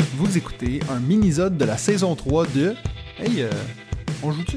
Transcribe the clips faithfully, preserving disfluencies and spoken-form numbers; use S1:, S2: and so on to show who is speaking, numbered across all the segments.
S1: Vous écoutez un mini-sode de la saison trois de... Hey, euh, on joue-tu?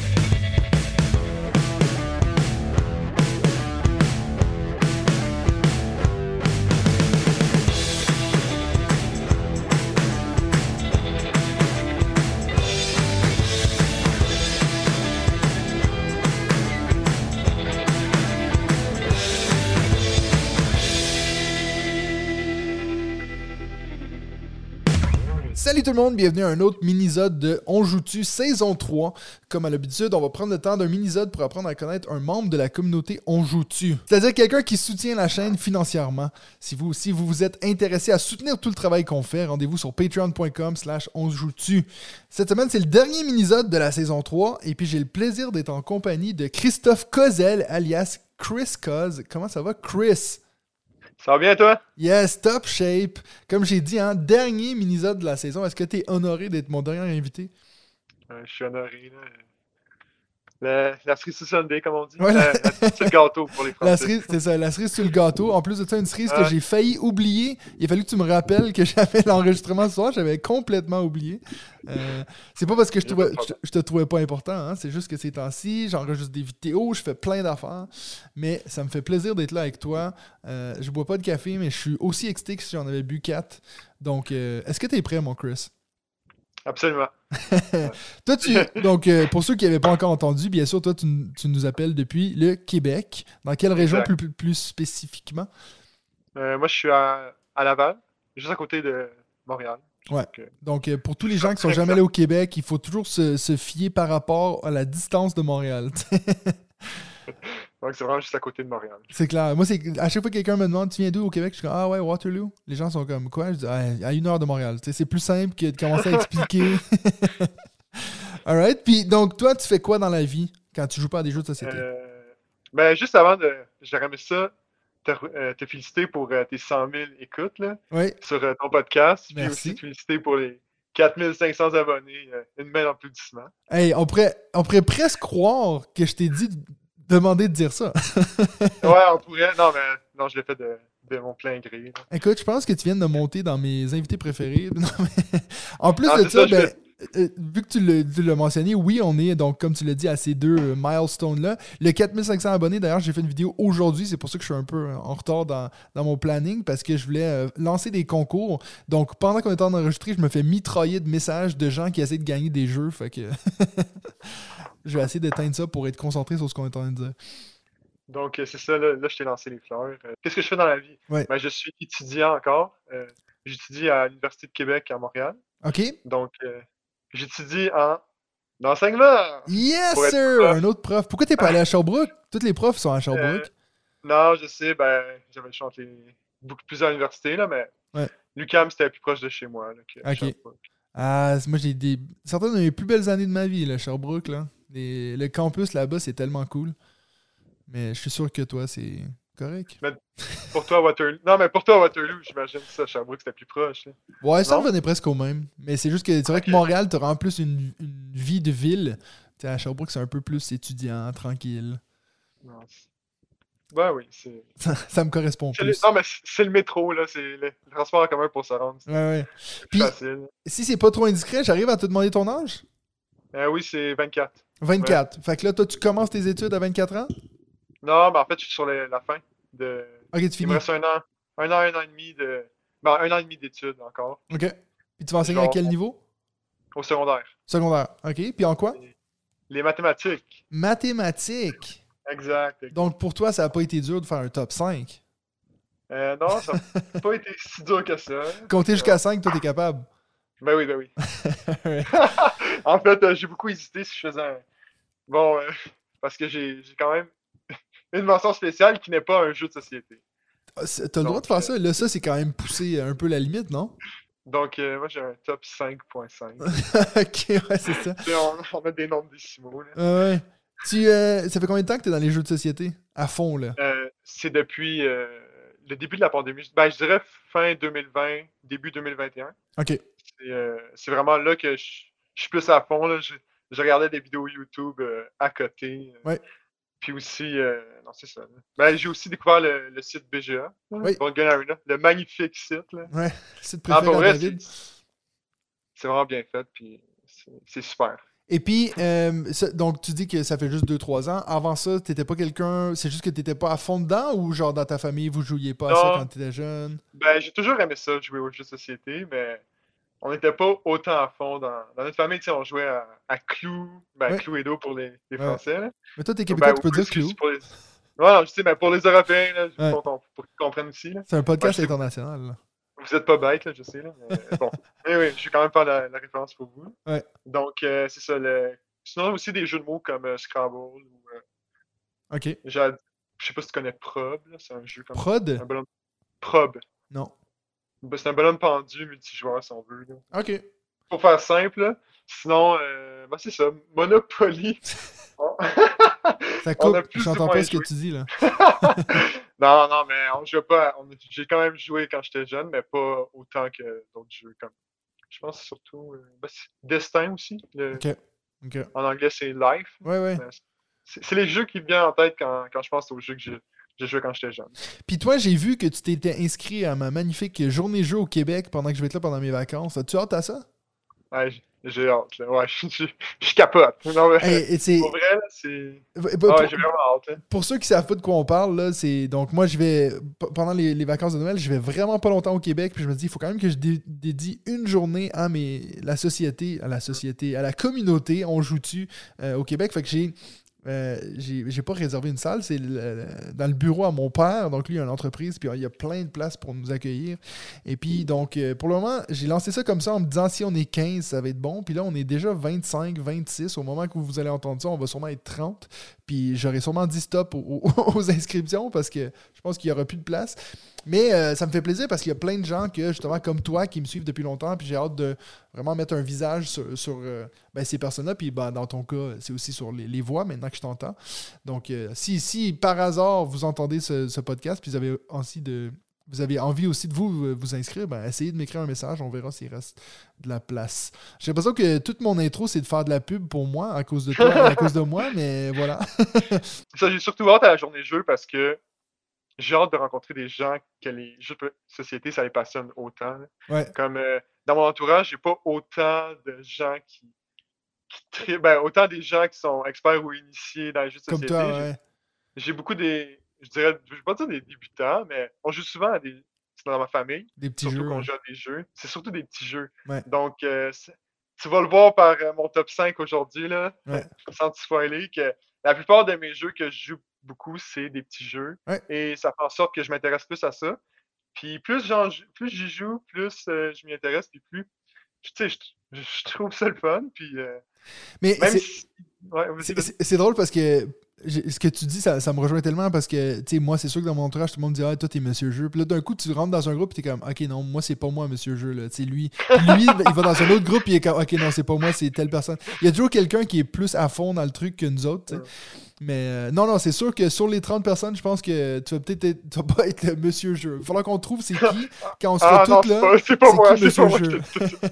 S1: Salut tout le monde, bienvenue à un autre mini-sode de On joue-tu saison trois. Comme à l'habitude, on va prendre le temps d'un mini-sode pour apprendre à connaître un membre de la communauté On joue-tu. C'est-à-dire quelqu'un qui soutient la chaîne financièrement. Si vous aussi vous vous êtes intéressé à soutenir tout le travail qu'on fait, rendez-vous sur patreon point com slash on joue-tu. Cette semaine, c'est le dernier mini-sode de la saison trois et puis j'ai le plaisir d'être en compagnie de Christophe Kozel, alias Chris Koz. Comment ça va, Chris?
S2: Ça va bien, toi?
S1: Yes, top shape. Comme j'ai dit, hein, dernier mini-sode de la saison. Est-ce que tu es honoré d'être mon dernier invité?
S2: Euh, je suis honoré. Là. La, la cerise sur Sunday, comme on dit.
S1: Ouais, la...
S2: Euh, la cerise sur le gâteau pour les Français.
S1: La cerise, c'est ça, la cerise sur le gâteau. En plus de ça, une cerise
S2: ah.
S1: que j'ai failli oublier. Il a fallu que tu me rappelles que j'avais l'enregistrement ce soir. J'avais complètement oublié. Euh, c'est pas parce que je, trouvais, je, je te trouvais pas important. Hein, c'est juste que ces temps-ci, j'enregistre des vidéos, je fais plein d'affaires. Mais ça me fait plaisir d'être là avec toi. Euh, je bois pas de café, mais je suis aussi excité que si j'en avais bu quatre. Donc, euh, est-ce que tu es prêt, mon Chris?
S2: Absolument.
S1: Toi, tu, donc, euh, pour ceux qui n'avaient pas encore entendu, bien sûr, toi, tu, tu nous appelles depuis le Québec. Dans quelle région plus, plus, plus spécifiquement?
S2: Euh, moi, je suis à, à Laval, juste à côté de Montréal.
S1: Ouais. Donc, euh, donc euh, pour tous les gens qui ne sont jamais allés au Québec, il faut toujours se, se fier par rapport à la distance de Montréal.
S2: Donc, c'est vraiment juste à côté de Montréal.
S1: C'est clair. Moi, c'est à chaque fois que quelqu'un me demande, tu viens d'où au Québec? Je suis comme, ah ouais, Waterloo. Les gens sont comme, quoi? Je dis, ah, à une heure de Montréal. T'sais, c'est plus simple que de commencer à expliquer. Alright. Puis, donc, toi, tu fais quoi dans la vie quand tu joues pas à des jeux de société?
S2: Euh, ben, juste avant de. J'aurais aimé ça, te, euh, te féliciter pour euh, tes cent mille écoutes là,
S1: oui.
S2: sur euh, ton podcast. Puis
S1: Merci.
S2: aussi te féliciter pour les quatre mille cinq cents abonnés. Euh, une main d'applaudissement.
S1: Hey, on pourrait, on pourrait presque croire que je t'ai dit de demander de dire ça.
S2: Ouais, on pourrait. Non, mais non, je l'ai fait de, de mon plein gré. Là.
S1: Écoute, je pense que tu viens de monter dans mes invités préférés. Non, mais... En plus
S2: non,
S1: de ça,
S2: ça
S1: ben,
S2: vais...
S1: euh, vu que tu l'as, tu l'as mentionné, oui, on est, donc comme tu l'as dit, à ces deux euh, milestones-là. Le quatre mille cinq cents abonnés, d'ailleurs, j'ai fait une vidéo aujourd'hui. C'est pour ça que je suis un peu en retard dans, dans mon planning, parce que je voulais euh, lancer des concours. Donc, pendant qu'on était en enregistré, je me fais mitrailler de messages de gens qui essaient de gagner des jeux. Fait que je vais essayer d'éteindre ça pour être concentré sur ce qu'on est en train de dire.
S2: Donc, c'est ça, là, là je t'ai lancé les fleurs. Euh, qu'est-ce que je fais dans la vie?
S1: Ouais.
S2: Ben, je suis étudiant encore. Euh, j'étudie à l'Université de Québec à Montréal.
S1: OK.
S2: Donc, euh, j'étudie en enseignement!
S1: Yes, sir! Un autre prof. Pourquoi t'es pas allé à Sherbrooke? Tous les profs sont à Sherbrooke.
S2: Euh, non, je sais, ben, j'avais le choix entre les... beaucoup plusieurs universités, là, mais
S1: ouais.
S2: l'U Q A M, c'était plus proche de chez moi. Là, que
S1: OK.
S2: Sherbrooke.
S1: Ah, moi, j'ai des... certaines de mes plus belles années de ma vie, là, Sherbrooke, là. Les... Le campus là-bas, c'est tellement cool. Mais je suis sûr que toi, c'est correct.
S2: Mais pour toi, Waterloo... Non, mais pour toi, Waterloo, j'imagine que ça, Sherbrooke, c'était plus proche. Là.
S1: Ouais, ça revenait presque au même. Mais c'est juste que c'est vrai okay. que Montréal, t'auras en plus une, une vie de ville. T'sais, à Sherbrooke, c'est un peu plus étudiant, tranquille.
S2: Non, ben oui, c'est...
S1: Ça, ça me correspond
S2: c'est
S1: plus.
S2: Le... Non, mais c'est le métro, là. C'est le transport en commun pour se rendre.
S1: Ouais, ouais.
S2: C'est
S1: Puis,
S2: facile.
S1: Si c'est pas trop indiscret, j'arrive à te demander ton âge?
S2: Euh, oui, c'est vingt-quatre.
S1: vingt-quatre. Ouais. Fait que là, toi, tu commences tes études à vingt-quatre ans?
S2: Non, mais en fait, je suis sur les, la fin de...
S1: Ok, tu
S2: Il
S1: finis.
S2: me reste un an, un an, un an et demi de... Ben, un an et demi d'études encore.
S1: Ok. Puis tu vas enseigner
S2: Genre,
S1: à quel niveau?
S2: Au secondaire.
S1: Secondaire. Ok. Puis en quoi?
S2: Les, les mathématiques.
S1: Mathématiques.
S2: Exact, exact.
S1: Donc pour toi, ça n'a pas été dur de faire un top cinq?
S2: Euh, non, ça n'a pas été si dur que ça.
S1: Compter jusqu'à cinq, toi, t'es capable?
S2: Ben oui, ben oui. En fait, euh, j'ai beaucoup hésité si je faisais un... Bon, euh, parce que j'ai, j'ai quand même une mention spéciale qui n'est pas un jeu de société.
S1: T'as le Donc, droit de faire euh... ça? Là, ça, c'est quand même pousser un peu la limite, non?
S2: Donc, euh, moi, j'ai un top cinq point cinq.
S1: Ok, ouais, c'est ça.
S2: on, on met des nombres décimaux, là.
S1: Ah ouais. Tu, euh, ça fait combien de temps que t'es dans les jeux de société? À fond, là?
S2: Euh, c'est depuis euh, le début de la pandémie. Ben, je dirais fin deux mille vingt, début deux mille vingt et un.
S1: OK.
S2: C'est, euh, c'est vraiment là que je, je suis plus à fond, là. Je, je regardais des vidéos YouTube euh, à côté. Euh,
S1: ouais.
S2: Puis aussi, euh, non, c'est ça. Là. Ben, j'ai aussi découvert le, le site B G A,
S1: oui.
S2: Board Game Arena, le magnifique site. Là.
S1: Ouais, le site préféré ah, à David.
S2: c'est vraiment bien fait, puis c'est, c'est super.
S1: Et puis, euh, ça- donc tu dis que ça fait juste deux trois ans. Avant ça, t'étais pas quelqu'un... C'est juste que t'étais pas à fond dedans ou genre dans ta famille, vous jouiez pas à ça quand
S2: Non,
S1: t'étais jeune?
S2: ben j'ai toujours aimé ça, jouer aux jeux de société, mais on n'était pas autant à fond dans, dans notre famille, tu sais, on jouait à, à Clou, ben
S1: Ouais,
S2: Cluedo pour les, les
S1: ouais.
S2: Français, là.
S1: Mais toi, t'es
S2: Ou
S1: québécois,
S2: ben
S1: tu peux dire
S2: aussi, aussi
S1: Clou.
S2: pour les... Ouais, non, je sais, mais pour les Européens, là,
S1: Ouais.
S2: pour, qu'on- pour qu'ils comprennent aussi, là.
S1: C'est un
S2: Ouais, je
S1: podcast
S2: sais que
S1: international, là.
S2: vous êtes pas bête, là, je sais, là, mais bon. Mais oui, je vais quand même faire la, la référence pour vous.
S1: Ouais.
S2: Donc, euh, c'est ça, le... Sinon, aussi des jeux de mots comme euh, Scrabble, ou euh,
S1: OK.
S2: j'ai- je sais pas si tu connais Prob, là, c'est un jeu comme...
S1: Prod?
S2: Un bonhomme... Prob.
S1: Non.
S2: Ben, c'est un bonhomme pendu multijoueur, si on veut, là.
S1: OK.
S2: Pour faire simple, là. Sinon, euh, ben, c'est ça, Monopoly. On
S1: Ça
S2: on
S1: coupe.
S2: a plus ou
S1: J'entends
S2: moins
S1: pas ce que
S2: joué.
S1: tu dis, là.
S2: Non, non, mais on jouait pas. on- J'ai quand même joué quand j'étais jeune, mais pas autant que d'autres jeux. Comme, je pense surtout. euh, ben, c'est Destin aussi. le-
S1: OK. OK.
S2: en anglais, c'est Life.
S1: Ouais, ouais.
S2: mais C'est c'est les jeux qui me viennent en tête quand, quand je pense aux jeux que j'ai j'ai joué quand j'étais jeune.
S1: Puis toi, j'ai vu que tu t'étais inscrit à ma magnifique journée jeu au Québec pendant que je vais être là pendant mes vacances. As-tu hâte à ça?
S2: Ouais, j'ai j'ai hâte. Là. Ouais, je, je, je capote. Non, mais,
S1: Hey, et c'est...
S2: pour vrai, là, c'est.
S1: Pour,
S2: Ah ouais, j'ai vraiment hâte. Là.
S1: pour ceux qui savent pas de quoi on parle, là, c'est... Donc moi, je vais... p- Pendant les, les vacances de Noël, je vais vraiment pas longtemps au Québec, puis je me dis, il faut quand même que je dé- dédie une journée à mes... la société, à la société, à la communauté, on joue-tu euh, au Québec. Fait que j'ai... Euh, j'ai j'ai pas réservé une salle, c'est le- le- dans le bureau à mon père. Donc, lui, il a une entreprise, puis il y a plein de places pour nous accueillir. Et puis, donc, euh, pour le moment, j'ai lancé ça comme ça en me disant si on est quinze, ça va être bon. Puis là, on est déjà vingt-cinq, vingt-six. Au moment que vous allez entendre ça, on va sûrement être trente. Puis j'aurai sûrement dit stop aux, aux- aux inscriptions parce que je pense qu'il n'y aura plus de place. Mais euh, ça me fait plaisir parce qu'il y a plein de gens que, justement, comme toi, qui me suivent depuis longtemps. Puis j'ai hâte de vraiment mettre un visage sur, sur, euh, ben, ces personnes-là. Puis ben, dans ton cas, c'est aussi sur les, les voix maintenant que je t'entends. Donc, euh, si, si par hasard vous entendez ce, ce podcast, puis vous avez aussi de. Vous avez envie aussi de vous vous inscrire, ben essayez de m'écrire un message, on verra s'il reste de la place. J'ai l'impression que toute mon intro, c'est de faire de la pub pour moi, à cause de toi et à cause de moi, mais voilà.
S2: Ça, j'ai surtout hâte à la journée de jeu parce que j'ai hâte de rencontrer des gens que les jeux de société, ça les passionne autant. là.
S1: Ouais,
S2: Comme euh, dans mon entourage, j'ai pas autant de gens qui, qui tri- ben, autant des gens qui sont experts ou initiés dans les jeux de
S1: comme
S2: société.
S1: toi,
S2: J'ai
S1: ouais.
S2: j'ai beaucoup des, je dirais, je vais pas dire des débutants, mais on joue souvent à des, c'est dans ma famille,
S1: Des petits
S2: surtout
S1: jeux.
S2: qu'on
S1: Ouais.
S2: joue à des jeux. C'est surtout des petits jeux.
S1: Ouais.
S2: Donc, euh, c'est- tu vas le voir par euh, mon top cinq aujourd'hui, là,
S1: Ouais.
S2: sans te spoiler, que la plupart de mes jeux que je joue beaucoup, c'est des petits jeux.
S1: Ouais.
S2: Et ça fait en sorte que je m'intéresse plus à ça. Puis plus j'en jou- plus j'y joue, plus euh, je m'y intéresse, puis plus, tu sais, je, je- je trouve ça le fun. Puis euh,
S1: Mais
S2: même
S1: c'est-
S2: si. Ouais, vas-y,
S1: C'est-
S2: vas-y.
S1: C'est c'est drôle parce que j'ai- ce que tu dis, ça, ça me rejoint tellement parce que, tu sais, moi, c'est sûr que dans mon entourage, tout le monde dit, ah, toi, t'es Monsieur Jeu. Puis là, d'un coup, tu rentres dans un groupe et t'es comme, ok, non, moi, c'est pas moi, Monsieur Jeu, là. Tu sais, lui, puis lui, il va dans un autre groupe et il est comme, ok, non, c'est pas moi, c'est telle personne. Il y a toujours quelqu'un qui est plus à fond dans le truc que nous autres, tu sais.
S2: Ouais.
S1: Mais euh, non, non, c'est sûr que sur les trente personnes, je pense que tu vas peut-être être- tu vas pas être le Monsieur Jeu. Il va falloir qu'on trouve c'est qui quand on sera
S2: Ah non,
S1: tous
S2: c'est
S1: là.
S2: pas, c'est pas
S1: c'est
S2: moi,
S1: qui
S2: c'est pas
S1: Monsieur
S2: moi.
S1: Jeu?
S2: je te- je te-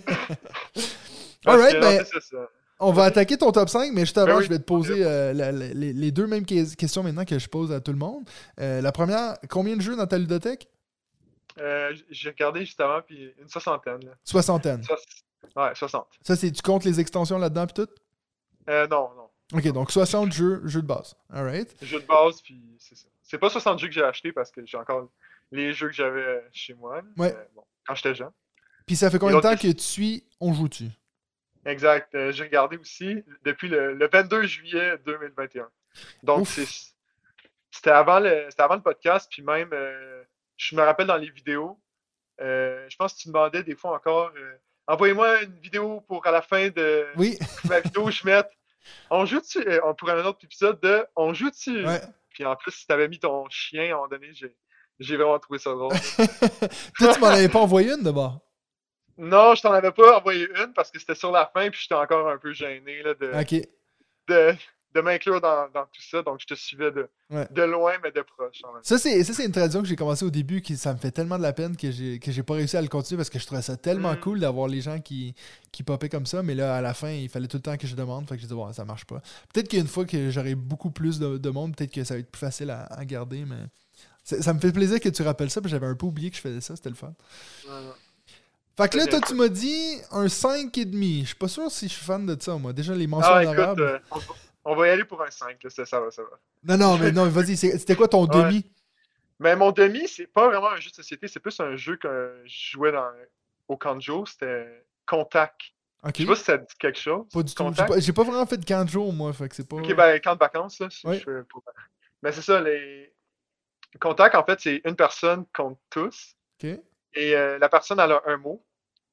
S1: All
S2: Parce
S1: right,
S2: que,
S1: ben-
S2: non, c'est ça.
S1: On va attaquer ton top cinq, mais juste avant,
S2: Ben oui,
S1: je vais te poser euh, la- la- les, les deux mêmes que- questions maintenant que je pose à tout le monde. Euh, la première, combien de jeux dans ta ludothèque?
S2: Euh, j- j'ai regardé justement, puis une soixantaine. Là.
S1: Soixantaine.
S2: Soix- Ouais, soixante.
S1: Ça, c'est tu comptes les extensions là-dedans puis tout?
S2: Euh, non, non.
S1: Ok, donc soixante jeux, jeux de base. All right.
S2: Jeux de base, puis c'est ça. C'est pas soixante jeux que j'ai achetés parce que j'ai encore les jeux que j'avais euh, chez moi. là.
S1: Ouais.
S2: Euh, bon, quand j'étais jeune.
S1: Puis ça fait combien de
S2: l'autre
S1: temps que tu suis On joue-tu?
S2: Exact. Euh, j'ai regardé aussi depuis le, le vingt-deux juillet deux mille vingt et un. Donc,
S1: Ouf.
S2: c'est- c'était avant, le, c'était avant le podcast, puis même, euh, je me rappelle dans les vidéos, euh, je pense que tu demandais des fois encore, euh, envoyez-moi une vidéo pour à la fin de
S1: Oui.
S2: ma vidéo, je mette, on joue-tu, euh, on pourrait un autre épisode de, on joue-tu?
S1: Ouais.
S2: Puis en plus, si t'avais mis ton chien à un moment donné, j'ai, j'ai vraiment trouvé ça drôle.
S1: Toi, tu m'en avais pas envoyé une d'abord.
S2: Non, je t'en avais pas envoyé une parce que c'était sur la fin, puis j'étais encore un peu gêné là, de,
S1: Ok.
S2: de, de m'inclure dans, dans tout ça. Donc, je te suivais de,
S1: Ouais.
S2: de loin, mais de proche. En même temps.
S1: Ça, c'est ça, c'est une tradition que j'ai commencé au début qui ça me fait tellement de la peine que j'ai que j'ai pas réussi à le continuer parce que je trouvais ça tellement
S2: Mm.
S1: cool d'avoir les gens qui, qui popaient comme ça. Mais là, à la fin, il fallait tout le temps que je demande. Fait que j'ai dit, ouais, ça marche pas. Peut-être qu'une fois que j'aurai beaucoup plus de, de monde, peut-être que ça va être plus facile à, à garder. Mais ça, ça me fait plaisir que tu rappelles ça. Parce que j'avais un peu oublié que je faisais ça. C'était le fun.
S2: Ouais, ouais.
S1: Fait que là,
S2: Très bien
S1: toi, tu
S2: fait.
S1: m'as dit un cinq virgule cinq. Je suis pas sûr si je suis fan de ça, moi. Déjà, les mentions
S2: Ah, écoute,
S1: honorables.
S2: euh, on, va, on va y aller pour un cinq, là, ça, ça va, ça va.
S1: Non, non, mais non, vas-y. c'est- C'était quoi ton
S2: Ouais.
S1: demi?
S2: Mais mon demi, c'est pas vraiment un jeu de société, c'est plus un jeu que je jouais dans, au Kanjo, c'était Contact.
S1: Ok.
S2: Je sais pas si ça te dit quelque chose.
S1: Pas du tout. J'ai
S2: Contact?
S1: pas, j'ai pas vraiment fait de camp de jour, moi. Fait que c'est
S2: Ok,
S1: pas.
S2: ben, camp de vacances, là, si je
S1: Ouais.
S2: fais pour... Mais c'est ça, les contacts, en fait, c'est une personne contre tous.
S1: Ok.
S2: Et euh, la personne, elle a un mot.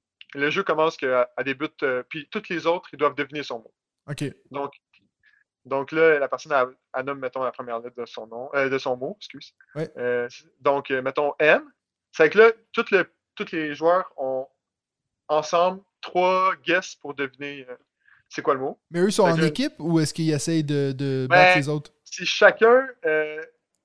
S2: Le jeu commence qu'elle débute, euh, puis toutes les autres, ils doivent deviner son mot.
S1: Ok.
S2: Donc, donc là, la personne, elle, elle nomme, mettons, la première lettre de son nom, euh, de son mot, excuse.
S1: Ouais.
S2: Euh, donc, euh, mettons M. C'est que là, tout le, tous les joueurs ont ensemble trois guesses pour deviner euh, c'est quoi le mot.
S1: Mais eux sont
S2: C'est
S1: en
S2: que là,
S1: équipe ou est-ce qu'ils essayent de, de battre
S2: ben,
S1: les autres?
S2: si chacun, euh,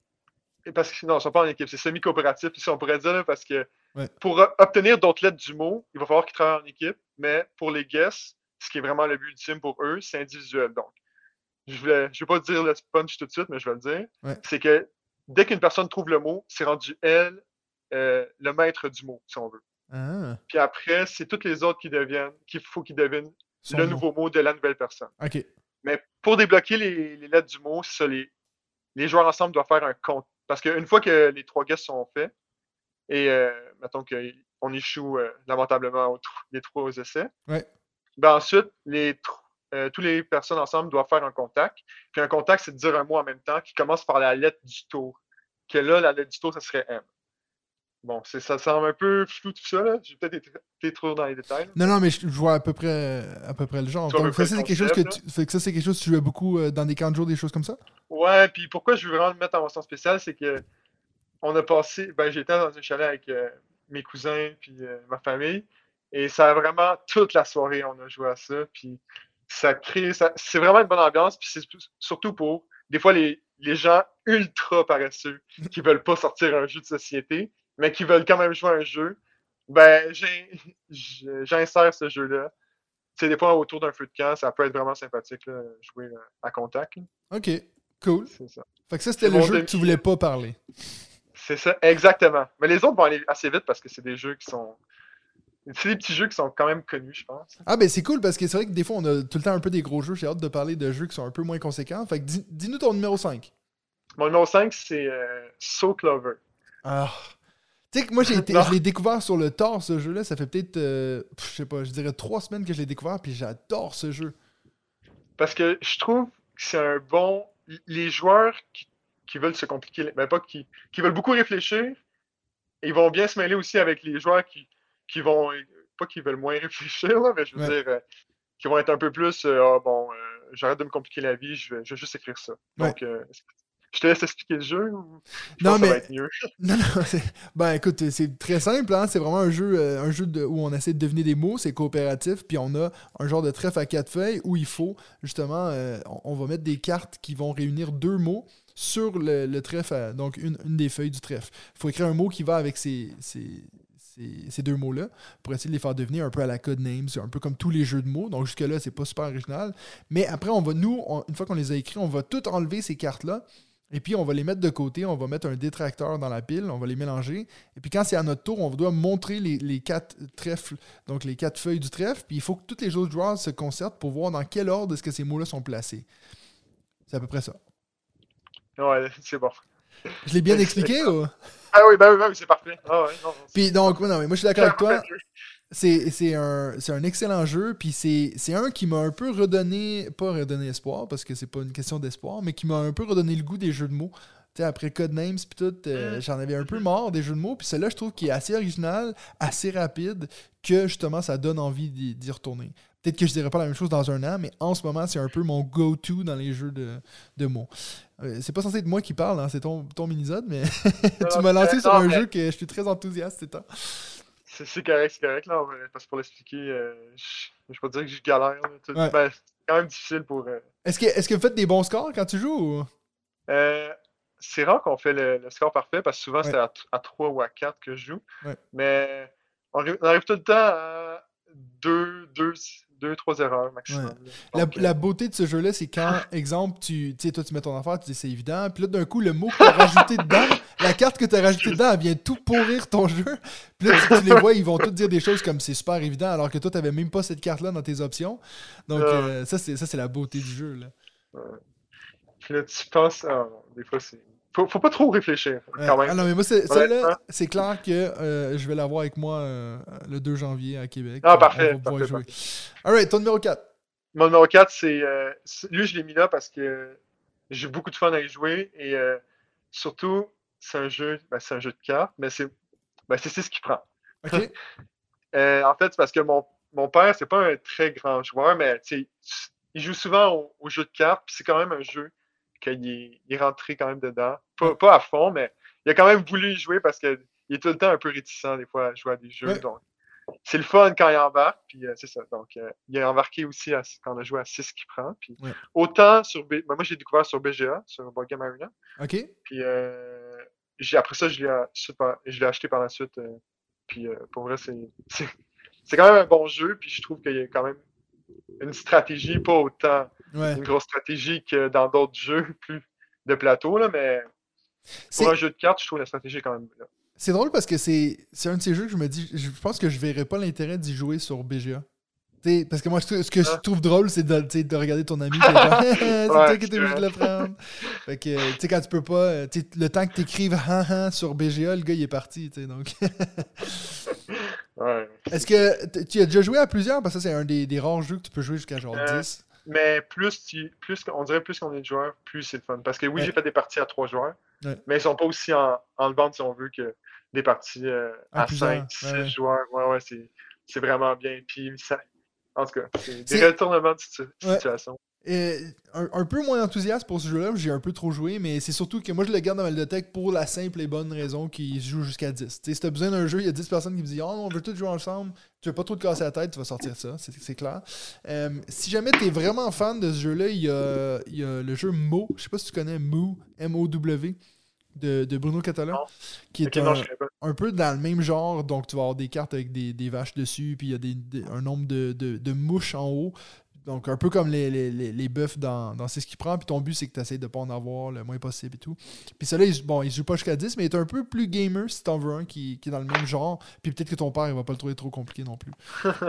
S2: parce que sinon, ils sont pas en équipe, c'est semi-coopératif, si on pourrait dire, là, parce que
S1: Ouais.
S2: pour euh, obtenir d'autres lettres du mot, il va falloir qu'ils travaillent en équipe, mais pour les guesses, ce qui est vraiment le but ultime pour eux, c'est individuel. Donc, je voulais, je vais pas dire le punch tout de suite, mais je vais le dire.
S1: Ouais.
S2: C'est que dès qu'une personne trouve le mot, c'est rendu elle, euh, le maître du mot, si on veut.
S1: Ah.
S2: Puis après, c'est toutes les autres qui deviennent, qu'il faut qu'ils devinent
S1: Son
S2: le
S1: mot.
S2: nouveau mot de la nouvelle personne.
S1: Ok.
S2: Mais pour débloquer les, les lettres du mot, c'est ça, les, les joueurs ensemble doivent faire un compte. Parce qu'une fois que les trois guesses sont faits, et euh, mettons qu'on échoue euh, lamentablement aux les trois essais,
S1: Ouais.
S2: ben ensuite, les, euh, tous les personnes ensemble doivent faire un contact. Puis un contact, c'est de dire un mot en même temps qui commence par la lettre du tour. Que là, la lettre du tour, ça serait M. Bon, c'est, ça semble un peu flou tout ça, là. J'ai peut-être été, été trop dans les détails.
S1: Non, non, mais je, je vois à peu près, à peu près le genre.
S2: Tu vois à
S1: Donc,
S2: peu près
S1: ça,
S2: le
S1: c'est quelque chose que
S2: concept,
S1: tu, fait que ça, c'est quelque chose que tu jouais beaucoup euh, dans des camps de jour, des choses comme ça?
S2: Ouais, puis pourquoi je veux vraiment le mettre en mention spéciale, c'est que on a passé, ben j'étais dans un chalet avec euh, mes cousins puis euh, ma famille, et ça a vraiment toute la soirée on a joué à ça, puis ça crée, ça, c'est vraiment une bonne ambiance, puis c'est surtout pour des fois les, les gens ultra paresseux qui veulent pas sortir un jeu de société, mais qui veulent quand même jouer à un jeu. Ben j'ai, j'insère ce jeu-là. Tu sais, des fois autour d'un feu de camp, ça peut être vraiment sympathique là, jouer là, à contact. Là.
S1: Ok, cool.
S2: C'est ça.
S1: Fait que ça, c'était
S2: C'est
S1: le
S2: mon
S1: jeu que
S2: demi.
S1: tu voulais pas parler.
S2: C'est ça, exactement. Mais les autres vont aller assez vite parce que c'est des jeux qui sont. C'est des petits jeux qui sont quand même connus, je pense.
S1: Ah, ben c'est cool parce que c'est vrai que des fois, on a tout le temps un peu des gros jeux. J'ai hâte de parler de jeux qui sont un peu moins conséquents. Fait que dis- dis-nous ton numéro cinq.
S2: Mon numéro cinq, c'est euh, Soul Clover.
S1: Ah. Tu sais que moi, j'ai été,
S2: Non.
S1: je l'ai découvert sur le tard, ce jeu-là. Ça fait peut-être, euh, pff, je sais pas, je dirais trois semaines que je l'ai découvert, puis j'adore ce jeu.
S2: Parce que je trouve que c'est un bon. Les joueurs qui, qui veulent se compliquer, ben pas qui, qui veulent beaucoup réfléchir, ils vont bien se mêler aussi avec les joueurs qui, qui vont. Pas qui veulent moins réfléchir, là, mais je veux
S1: Ouais.
S2: dire, euh, qui vont être un peu plus. euh, Ah bon, euh, j'arrête de me compliquer la vie, je vais, je vais juste écrire ça.
S1: Ouais.
S2: Donc, euh, je te laisse expliquer le jeu ou je
S1: Non,
S2: pense que ça va
S1: mais.
S2: être mieux.
S1: Non, non, c'est- ben écoute, c'est très simple, hein? C'est vraiment un jeu, euh, un jeu de- où on essaie de deviner des mots, c'est coopératif, puis on a un genre de trèfle à quatre feuilles où il faut, justement, euh, on, on va mettre des cartes qui vont réunir deux mots sur le, le trèfle, à- donc une, une des feuilles du trèfle. Il faut écrire un mot qui va avec ces, ces, ces- ces deux mots-là pour essayer de les faire deviner un peu à la Codenames, c'est un peu comme tous les jeux de mots, donc jusque-là, c'est pas super original. Mais après, on va, nous, on- une fois qu'on les a écrits, on va tout enlever ces cartes-là. Et puis, on va les mettre de côté, on va mettre un détracteur dans la pile, on va les mélanger. Et puis, quand c'est à notre tour, on doit montrer les, les quatre trèfles, donc les quatre feuilles du trèfle. Puis, il faut que tous les autres joueurs se concertent pour voir dans quel ordre est-ce que ces mots-là sont placés. C'est à peu près ça.
S2: Ouais, c'est bon.
S1: Je l'ai bien
S2: Ex-
S1: expliqué
S2: excellent.
S1: ou?
S2: Ah oui, ben oui, ben oui, c'est parfait. Ah ouais, non, non, c'est-
S1: Puis, donc, ouais, non, mais moi, je suis
S2: c'est
S1: d'accord
S2: un
S1: avec toi.
S2: parfait jeu.
S1: C'est c'est un, c'est un excellent jeu, puis c'est c'est un qui m'a un peu redonné, pas redonné espoir, parce que c'est pas une question d'espoir, mais qui m'a un peu redonné le goût des jeux de mots. Tu sais, après Codenames, puis tout, euh,
S2: Mm.
S1: j'en avais un peu marre des jeux de mots, puis celui-là, je trouve qu'il est assez original, assez rapide, que justement, ça donne envie d'y d'y retourner. Peut-être que je dirais pas la même chose dans un an, mais en ce moment, c'est un peu mon go-to dans les jeux de, de mots. Euh, c'est pas censé être moi qui parle, hein, c'est ton, ton mini-zode, mais
S2: Non,
S1: tu
S2: non,
S1: m'as lancé
S2: c'est-
S1: sur
S2: non,
S1: un
S2: mais
S1: jeu que je suis très enthousiaste ces temps.
S2: c'est c'est correct, c'est correct, là, on va- parce que pour l'expliquer, euh, je je vais pas dire que je galère, là, tout-
S1: Ouais.
S2: ben, c'est quand même difficile pour... euh,
S1: Est-ce que, est-ce que vous faites des bons scores quand tu joues ou?
S2: euh, c'est rare qu'on fait le, le score parfait, parce que souvent,
S1: Ouais.
S2: c'est à, t- à trois ou à quatre que je joue,
S1: Ouais.
S2: mais on arrive, on arrive tout le temps à deux deux, trois erreurs
S1: Ouais.
S2: maximum.
S1: La,
S2: Donc,
S1: la
S2: euh,
S1: beauté de ce jeu-là, c'est quand, exemple, tu tu sais, toi, tu mets ton affaire, tu dis c'est évident, puis là, d'un coup, le mot que tu as rajouté dedans, la carte que tu as rajoutée dedans, elle vient tout pourrir ton jeu. Puis là, tu, tu les vois, ils vont tous dire des choses comme c'est super évident, alors que toi, tu n'avais même pas cette carte-là dans tes options. Donc,
S2: euh,
S1: euh, ça, c'est ça, c'est la beauté du jeu, là.
S2: euh, puis là, tu penses, ah, non, des fois, c'est. Faut, faut pas trop réfléchir,
S1: Ouais.
S2: quand
S1: Ah
S2: même.
S1: non, mais moi, c'est- celle-là,
S2: Honnêtement.
S1: c'est clair que euh, je vais l'avoir avec moi euh, le deux janvier à Québec.
S2: Ah,
S1: On, on
S2: parfait,
S1: va pouvoir y
S2: parfait,
S1: jouer.
S2: parfait.
S1: Alright, ton numéro quatre.
S2: Mon numéro quatre, c'est. euh, c'est- lui, je l'ai mis là parce que j'ai beaucoup de fun à y jouer et euh, surtout, c'est un jeu, ben, c'est un jeu de cartes, mais c'est ben, c'est c'est ce qui prend.
S1: OK?
S2: Euh, en fait, c'est parce que mon, mon père, c'est pas un très grand joueur, mais tu sais, il joue souvent au, au jeu de cartes, puis c'est quand même un jeu qu'il est, il est rentré quand même dedans.
S1: Ouais.
S2: Pas, pas à fond, mais il a quand même voulu y jouer parce qu'il est tout le temps un peu réticent des fois à jouer à des jeux.
S1: Ouais.
S2: Donc, c'est le fun quand il embarque, puis euh, c'est ça. Donc, euh, il est embarqué aussi à- quand on a joué à six qui prend. Puis,
S1: Ouais.
S2: autant sur B... ben, moi, j'ai découvert sur B G A, sur Board Game Arena.
S1: OK?
S2: Puis euh, j'ai, après ça, je l'ai, super- je l'ai acheté par la suite. euh, puis euh, pour vrai, c'est, c'est, c'est quand même un bon jeu. Puis je trouve qu'il y a quand même une stratégie, pas autant
S1: Ouais.
S2: une grosse stratégie que dans d'autres jeux plus de plateau, là, mais pour
S1: C'est
S2: un jeu de cartes, je trouve la stratégie quand même là.
S1: c'est drôle parce que c'est c'est un de ces jeux que je me dis, je pense que je verrais pas l'intérêt d'y jouer sur B G A. T'sais, parce que moi, je trou- ce que je
S2: Ah.
S1: trouve drôle, c'est de, t'sais, de regarder ton ami qui est genre, c'est toi
S2: Ouais,
S1: qui
S2: c'est
S1: étais obligé de
S2: vrai.
S1: le prendre. Fait que, tu sais, quand tu peux pas, euh, t'sais, le temps que t'écrives han han sur B G A, le gars, il est parti, tu sais, donc.
S2: Ouais,
S1: Est-ce
S2: c'est ça.
S1: que t- tu as déjà joué à plusieurs? Parce que ça, c'est un des, des rares jeux que tu peux jouer jusqu'à genre
S2: Euh,
S1: dix.
S2: mais plus, tu, plus on dirait plus qu'on est de joueurs, plus c'est le fun. Parce que oui,
S1: Ouais,
S2: j'ai fait des parties à trois joueurs,
S1: ouais.
S2: mais ils sont pas aussi en, en bande si on veut que des parties euh,
S1: À
S2: à cinq,
S1: plusieurs. Ouais,
S2: six
S1: ouais.
S2: joueurs. Ouais, ouais, c'est, c'est vraiment bien. Puis ça, en tout cas, c'est des
S1: C'est.
S2: retournements de situ-
S1: Ouais.
S2: situation.
S1: Euh, un, un peu moins enthousiaste pour ce jeu-là, j'ai un peu trop joué, mais c'est surtout que moi je le garde dans ma bibliothèque pour la simple et bonne raison qu'il se joue jusqu'à dix. T'sais, si t'as besoin d'un jeu, il y a dix personnes qui me disent oh, on veut tous jouer ensemble, tu veux pas trop te casser la tête, tu vas sortir ça, c'est, c'est clair. Euh, si jamais t'es vraiment fan de ce jeu-là, il y a, il y a le jeu Mo, je sais pas si tu connais Mo, M O W, de, de Bruno Catala,
S2: Non?
S1: qui
S2: Ok,
S1: est
S2: non, je
S1: un,
S2: connais pas.
S1: un peu dans le même genre, donc tu vas avoir des cartes avec des, des vaches dessus, puis il y a des, des- un nombre de, de, de mouches en haut. Donc, un peu comme les, les, les, les bœufs dans, dans C'est ce qu'il prend. Puis ton but, c'est que tu essaies de pas en avoir le moins possible et tout. Puis celui-là, il, bon, il se joue pas jusqu'à dix, mais il est un peu plus gamer si t'en veux un qui, qui est dans le même genre. Puis peut-être que ton père, il va pas le trouver trop compliqué non plus.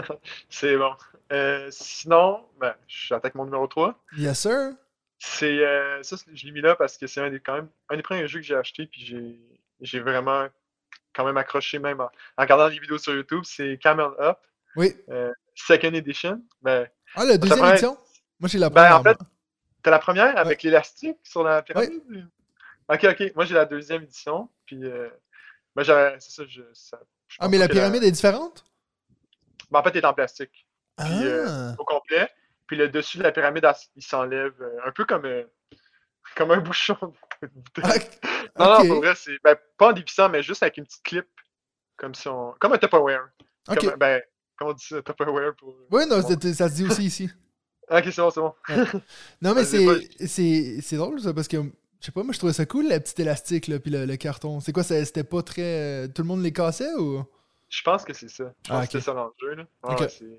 S2: C'est bon. Euh, sinon, ben, j'attaque mon numéro trois.
S1: Yes, sir.
S2: C'est, euh, ça, c'est- je l'ai mis là parce que c'est un des, quand même, un des premiers jeux que j'ai acheté, puis j'ai, j'ai vraiment quand même accroché, même en, en regardant les vidéos sur YouTube. C'est Camel Up,
S1: Oui.
S2: euh, Second Edition. Ben,
S1: Ah, la
S2: ta
S1: deuxième
S2: première-
S1: édition? Moi, j'ai la
S2: ben,
S1: première.
S2: en fait,
S1: moi.
S2: t'as la première
S1: Ouais.
S2: avec l'élastique sur la
S1: Ouais.
S2: pyramide? Ok, ok. Moi, j'ai la deuxième édition, puis euh, ben, j'ai- c'est ça, je, ça, je
S1: Ah,
S2: pense
S1: mais
S2: pas
S1: la
S2: que la-
S1: pyramide est différente?
S2: ben, en fait, elle est en plastique, puis euh,
S1: Ah.
S2: au complet. Puis le dessus de la pyramide, elle- il s'enlève euh, un peu comme, euh, comme un bouchon de bouteille.
S1: Ah,
S2: Non, non,
S1: ok.
S2: pour vrai, c'est ben, pas en dévissant, mais juste avec une petite clip, comme si on. Comme un Tupperware.
S1: Ok.
S2: Comme, ben, comment on dit ça, Tupperware pour.
S1: Oui, non,
S2: pour-
S1: c'est- ça se dit aussi ici.
S2: Ah, ok, c'est bon, c'est bon.
S1: Ouais. Non, mais
S2: Ah, j'ai pas-
S1: c'est, c'est, c'est drôle, ça, parce que, je sais pas, moi, je trouvais ça cool, la petite élastique, là, puis le, le carton. C'est quoi, ça- c'était pas très... Tout le monde les cassait, ou...
S2: Je pense que c'est ça. Je pense
S1: Ah,
S2: que
S1: ok.
S2: c'était ça l'enjeu, là. Ah,
S1: Ok.
S2: ouais, c'est.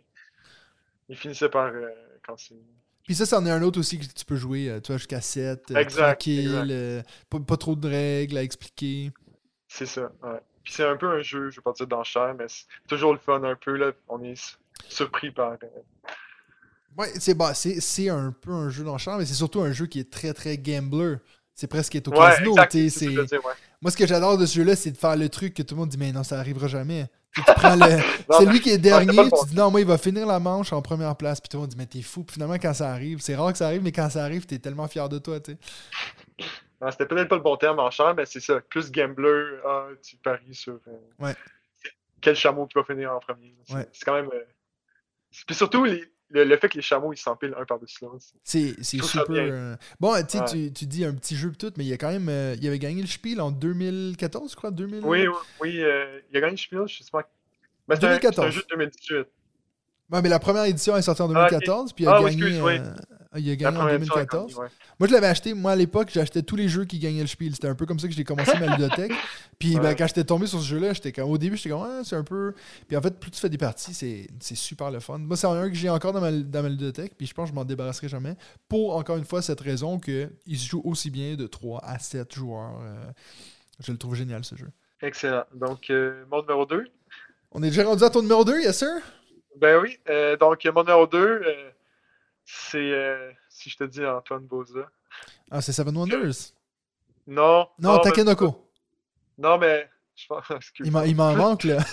S2: Il finissait par. euh, quand c'est.
S1: Puis ça, c'en est un autre aussi que tu peux jouer, euh, tu vois, jusqu'à sept, euh,
S2: Exact,
S1: tranquille,
S2: exact.
S1: euh, pas, pas trop de règles à expliquer.
S2: C'est ça, ouais. Puis c'est un peu un jeu, je vais pas dire d'enchère, mais c'est toujours le fun un peu, là. On est su- surpris par. euh,
S1: Ouais, c'est, bah, c'est, c'est un peu un jeu d'enchère, mais c'est surtout un jeu qui est très, très gambler. C'est presque être au
S2: Ouais,
S1: casino,
S2: exact,
S1: tu sais,
S2: c'est ce que je
S1: c'est...
S2: veux dire, ouais.
S1: Moi, ce que j'adore de ce jeu-là, c'est de faire le truc que tout le monde dit, mais non, ça arrivera jamais. Tu sais, tu prends le...
S2: Non,
S1: c'est
S2: mais-
S1: lui qui est
S2: non, c'est pas
S1: dernier,
S2: le bon
S1: tu dis non, moi, il va finir la manche en première place, puis tout le monde dit, mais t'es fou. Puis finalement, quand ça arrive, c'est rare que ça arrive, mais quand ça arrive, t'es tellement fier de toi, tu sais.
S2: Non, c'était peut-être pas le bon terme enchère, mais c'est ça. Plus gambler, ah, tu paries sur. euh,
S1: Ouais.
S2: Quel chameau qui va finir en premier. C'est
S1: Ouais.
S2: c'est quand même. euh, c'est- Puis surtout, les- le, le fait que les chameaux ils s'empilent un par-dessus l'autre. c'est-
S1: C'est, c'est
S2: Je trouve ça
S1: super.
S2: bien.
S1: euh, Bon, tu sais,
S2: Ouais.
S1: tu, tu dis un petit jeu pis tout, mais il y a quand même. euh, il avait gagné le Spiel en deux mille quatorze, je crois, deux mille...
S2: Oui, oui, oui, euh, il a gagné le Spiel, je sais pas. Ben, c'est un, c'est un
S1: deux mille quatorze.
S2: jeu de deux mille dix-huit.
S1: Ouais, mais la première édition est sortie en
S2: Ah, ok.
S1: deux mille quatorze, puis il a
S2: Ah, oui,
S1: gagné.
S2: excuse, oui.
S1: euh, Il a
S2: La
S1: gagné en
S2: première
S1: deux mille
S2: édition avec
S1: quatorze.
S2: Andy, ouais.
S1: Moi, je l'avais acheté. Moi, à l'époque, j'achetais tous les jeux qui gagnaient le Spiel. C'était un peu comme ça que j'ai commencé ma ludothèque. Puis, ben,
S2: Ouais.
S1: quand j'étais tombé sur ce jeu-là, j'étais comme, au début, j'étais comme, ah, c'est un peu. Puis, en fait, plus tu fais des parties, c'est, c'est super le fun. Moi, c'est un que j'ai encore dans ma, dans ma ludothèque. Puis, je pense que je m'en débarrasserai jamais. Pour, encore une fois, cette raison qu'il se joue aussi bien de trois à sept joueurs. Euh, je le trouve génial, ce jeu.
S2: Excellent. Donc, euh, mon numéro deux.
S1: On est déjà rendu à ton numéro deux, yes, sir?
S2: Ben oui. Euh, donc, mon numéro deux, euh, c'est, euh, si je te dis Antoine Boza.
S1: Ah, c'est Seven Wonders.
S2: Non.
S1: Non,
S2: non,
S1: Takenoko.
S2: Mais, non, mais. Je pense,
S1: il, m'en, il m'en manque, là.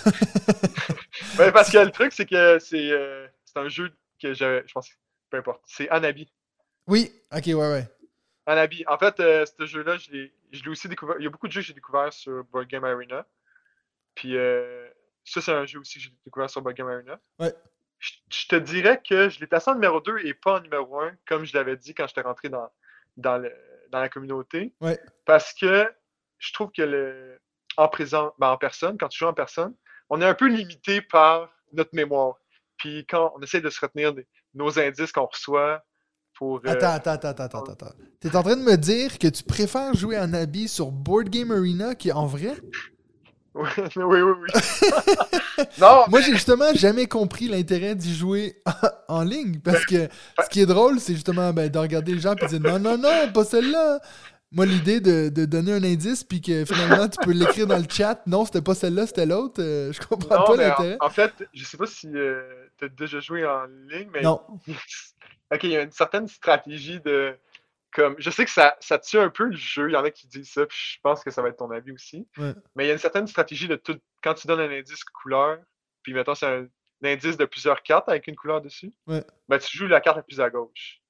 S2: ben, parce que le truc, c'est que c'est, euh, c'est un jeu que j'avais. Je pense que peu importe. C'est Anabi.
S1: Oui, ok, ouais, ouais.
S2: Anabi. En fait, euh, ce jeu-là, je l'ai, je l'ai aussi découvert. Il y a beaucoup de jeux que j'ai découvert sur Board Game Arena. Puis, euh, ça, c'est un jeu aussi que j'ai découvert sur Board Game Arena.
S1: Ouais.
S2: Je, je te dirais que je l'ai placé en numéro deux et pas en numéro un, comme je l'avais dit quand j'étais rentré dans, dans, le, dans la communauté.
S1: Ouais.
S2: Parce que je trouve que le, en présent, ben en personne, quand tu joues en personne, on est un peu limité par notre mémoire. Puis quand on essaie de se retenir des, nos indices qu'on reçoit pour. Euh...
S1: Attends, attends, attends, attends, attends, attends. T'es en train de me dire que tu préfères jouer en Anabi sur Board Game Arena qu'en vrai?
S2: Oui, oui, oui. oui. Non,
S1: moi,
S2: mais...
S1: j'ai justement jamais compris l'intérêt d'y jouer en ligne. Parce que ce qui est drôle, c'est justement ben, de regarder les gens et de dire non, non, non, pas celle-là. Moi, l'idée de, de donner un indice puis que finalement, tu peux l'écrire dans le chat. Non, c'était pas celle-là, c'était l'autre. Euh, je comprends
S2: non,
S1: pas
S2: mais
S1: l'intérêt.
S2: En, en fait, je sais pas si euh, tu as déjà joué en ligne, mais.
S1: Non.
S2: Ok, il y a une certaine stratégie de. Comme, je sais que ça, ça tue un peu le jeu, il y en a qui disent ça, puis je pense que ça va être ton avis aussi.
S1: Ouais.
S2: Mais il y a une certaine stratégie de tout. Quand tu donnes un indice couleur, puis mettons c'est un, un indice de plusieurs cartes avec une couleur dessus,
S1: ouais.
S2: ben tu joues la carte la plus à gauche.